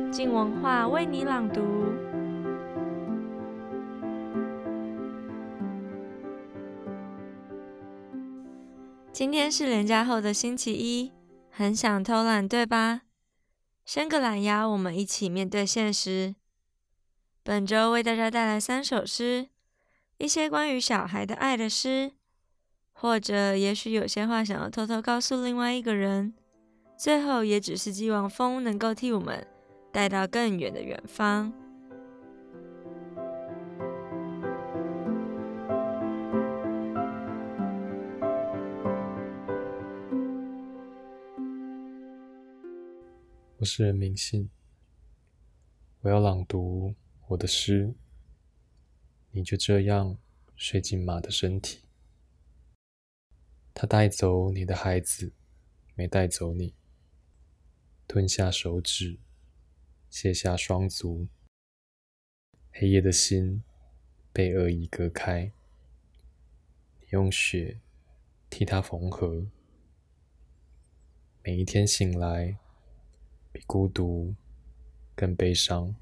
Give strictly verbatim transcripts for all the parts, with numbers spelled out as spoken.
静文化为你朗读。今天是连假后的星期一，很想偷懒，对吧？伸个懒腰，我们一起面对现实。本周为大家带来三首诗，一些关于小孩的爱的诗，或者也许有些话想要偷偷告诉另外一个人，最后也只是希望风能够替我们带到更远的远方。 我是任明信，我要朗读我的诗。你就这样睡进马的身体，他带走你的孩子，没带走你。吞下手指，卸下双足，黑夜的心被恶意割开，你用血替他缝合。每一天醒来比孤独更悲伤。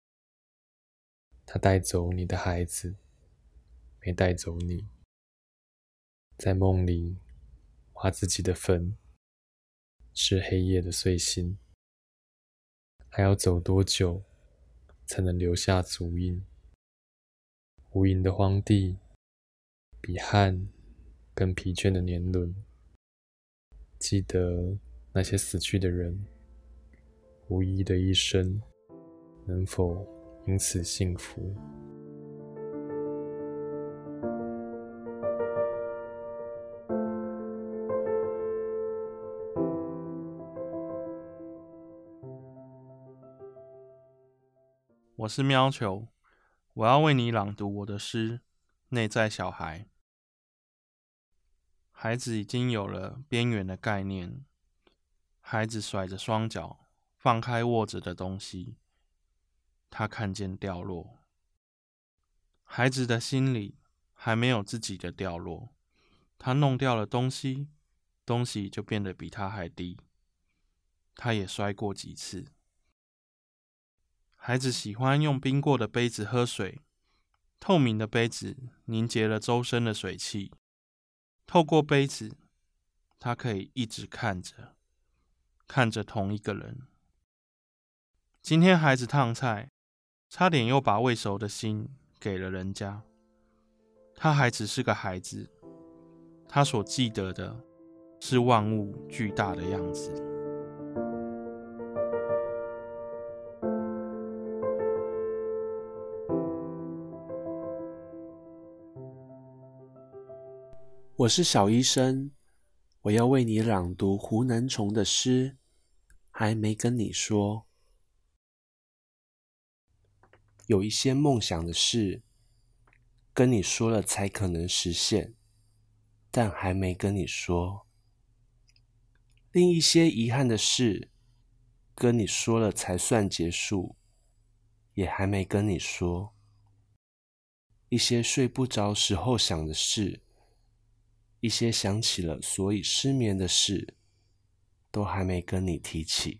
他带走你的孩子，没带走你。在梦里挖自己的坟，吃黑夜的碎心。还要走多久才能留下足印？无垠的荒地，比汗更疲倦的年轮。记得那些死去的人，无意义的一生，能否因此幸福？ 我是喵球，我要为你朗读我的诗《内在小孩》。孩子已经有了边缘的概念，孩子甩着双脚，放开握着的东西，他看见掉落。孩子的心里还没有自己的掉落，他弄掉了东西，东西就变得比他还低。他也摔过几次。孩子喜欢用冰过的杯子喝水，透明的杯子凝结了周身的水汽。透过杯子，他可以一直看着，看着同一个人。今天孩子烫菜，差点又把未熟的心给了人家。他还只是个孩子，他所记得的是万物巨大的样子。 我是小医生，我要为你朗读胡南虫的诗，还没跟你说。有一些梦想的事，跟你说了才可能实现，但还没跟你说。另一些遗憾的事，跟你说了才算结束，也还没跟你说。一些睡不着时候想的事，一些想起了所以失眠的事，都还没跟你提起。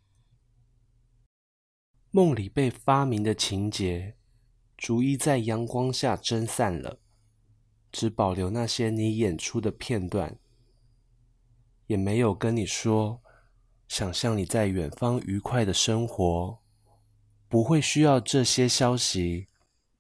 梦里被发明的情节，逐一在阳光下蒸散了，只保留那些你演出的片段。也没有跟你说，想象你在远方愉快的生活，不会需要这些消息。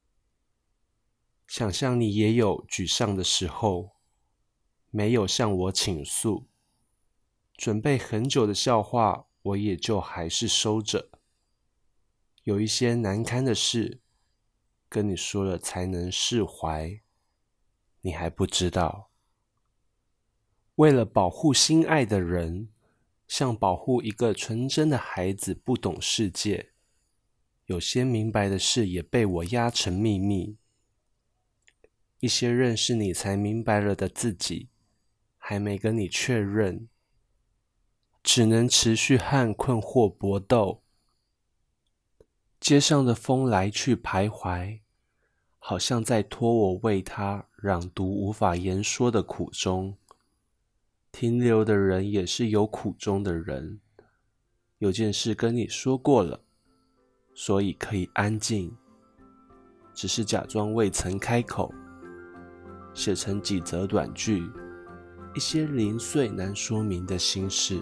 想象你也有沮丧的时候，没有向我倾诉，准备很久的笑话，我也就还是收着。有一些难堪的事，跟你说了才能释怀，你还不知道。为了保护心爱的人，像保护一个纯真的孩子不懂世界，有些明白的事也被我压成秘密。一些认识你才明白了的自己，还没跟你确认，只能持续和困惑搏斗。街上的风来去徘徊，好像在托我为他朗读无法言说的苦衷。停留的人也是有苦衷的人。有件事跟你说过了， 所以可以安静，只是假装未曾开口，写成几则短句，一些零碎难说明的心事。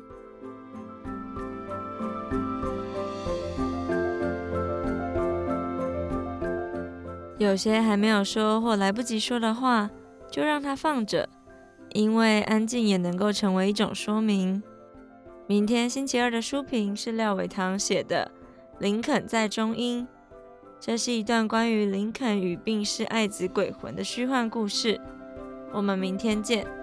有些还没有说或来不及说的话，就让它放着，因为安静也能够成为一种说明。明天星期二的书评是廖伟棠写的《林肯在中英》，这是一段关于林肯与病逝爱子鬼魂的虚幻故事。我们明天见。